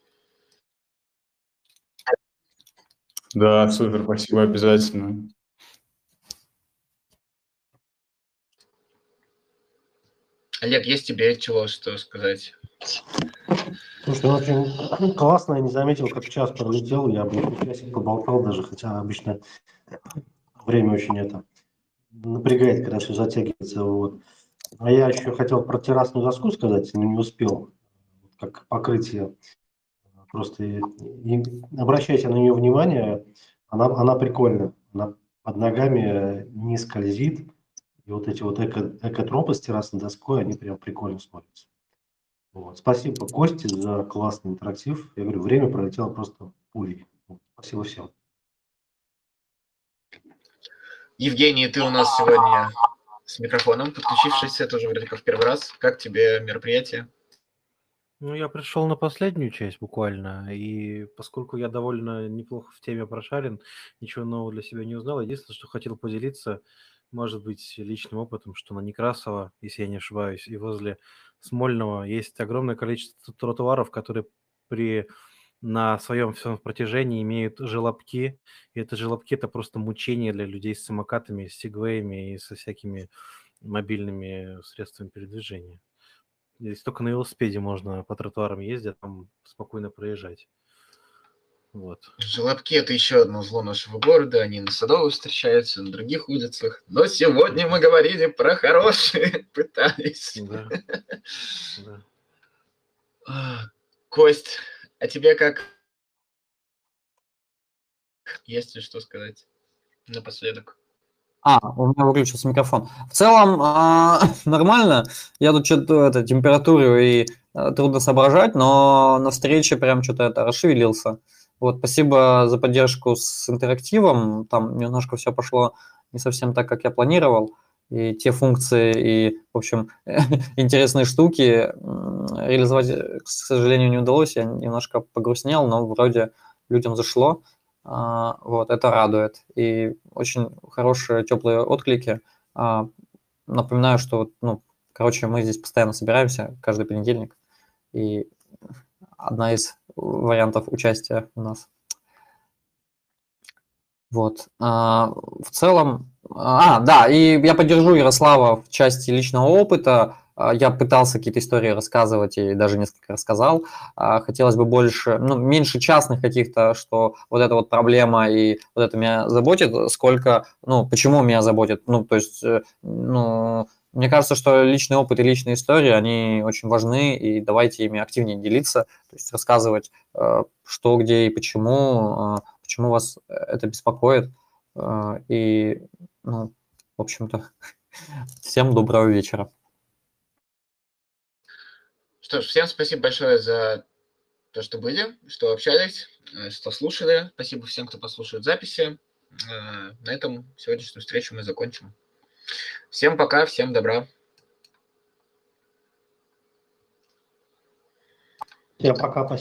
Да, супер, спасибо, обязательно. Олег, есть тебе чего что сказать? Слушай, ну, очень классно, я не заметил, как час пролетел, я бы еще часик поболтал даже, хотя обычно время очень это напрягает, когда все затягивается. Вот. А я еще хотел про террасную доску сказать, но не успел, как покрытие. Просто и, и обращайте на нее внимание, она, она прикольная, она под ногами не скользит, и вот эти вот эко, экотропы с террасной доской, они прям прикольно смотрятся. Вот. Спасибо, Косте, за классный интерактив. Я говорю, время пролетело просто пулей. Спасибо всем. Евгений, ты у нас сегодня с микрофоном подключившийся, тоже вроде как в первый раз. Как тебе мероприятие? Ну, я пришел на последнюю часть буквально, и поскольку я довольно неплохо в теме прошарен, ничего нового для себя не узнал. Единственное, что хотел поделиться, может быть, личным опытом, что на Некрасова, если я не ошибаюсь, и возле Смольного есть огромное количество тротуаров, которые при на своем всем протяжении имеют желобки, и это желобки – это просто мучение для людей с самокатами, с сегвеями и со всякими мобильными средствами передвижения. Здесь только на велосипеде можно по тротуарам ездить, а там спокойно проезжать. Вот. Желобки – это еще одно зло нашего города. Они на Садовой встречаются, на других улицах. Но сегодня мы говорили про хорошие, пытались. Да. Да. А, Кость, а тебе как? Есть ли что сказать напоследок? А, у меня выключился микрофон. В целом а, нормально. Я тут что-то это, температуру и а, трудно соображать, но на встрече прям что-то это расшевелился. Вот, спасибо за поддержку с интерактивом. Там немножко все пошло не совсем так, как я планировал. И те функции, и, в общем, интересные штуки реализовать, к сожалению, не удалось. Я немножко погрустнел, но вроде людям зашло. Вот, это радует. И очень хорошие, теплые отклики. Напоминаю, что, ну, короче, мы здесь постоянно собираемся, каждый понедельник. И одна из вариантов участия у нас. Вот. В целом... А, да, и я поддержу Ярослава в части личного опыта. Я пытался какие-то истории рассказывать и даже несколько рассказал. Хотелось бы больше, ну, меньше частных каких-то, что вот эта вот проблема и вот это меня заботит, сколько, ну, почему меня заботит. Ну, то есть, ну, мне кажется, что личный опыт и личные истории, они очень важны, и давайте ими активнее делиться, то есть рассказывать, что, где и почему, почему вас это беспокоит. И, ну, в общем-то, всем доброго вечера. Что ж, всем спасибо большое за то, что были, что общались, что слушали. Спасибо всем, кто послушает записи. На этом сегодняшнюю встречу мы закончим. Всем пока, всем добра. Всем пока, спасибо.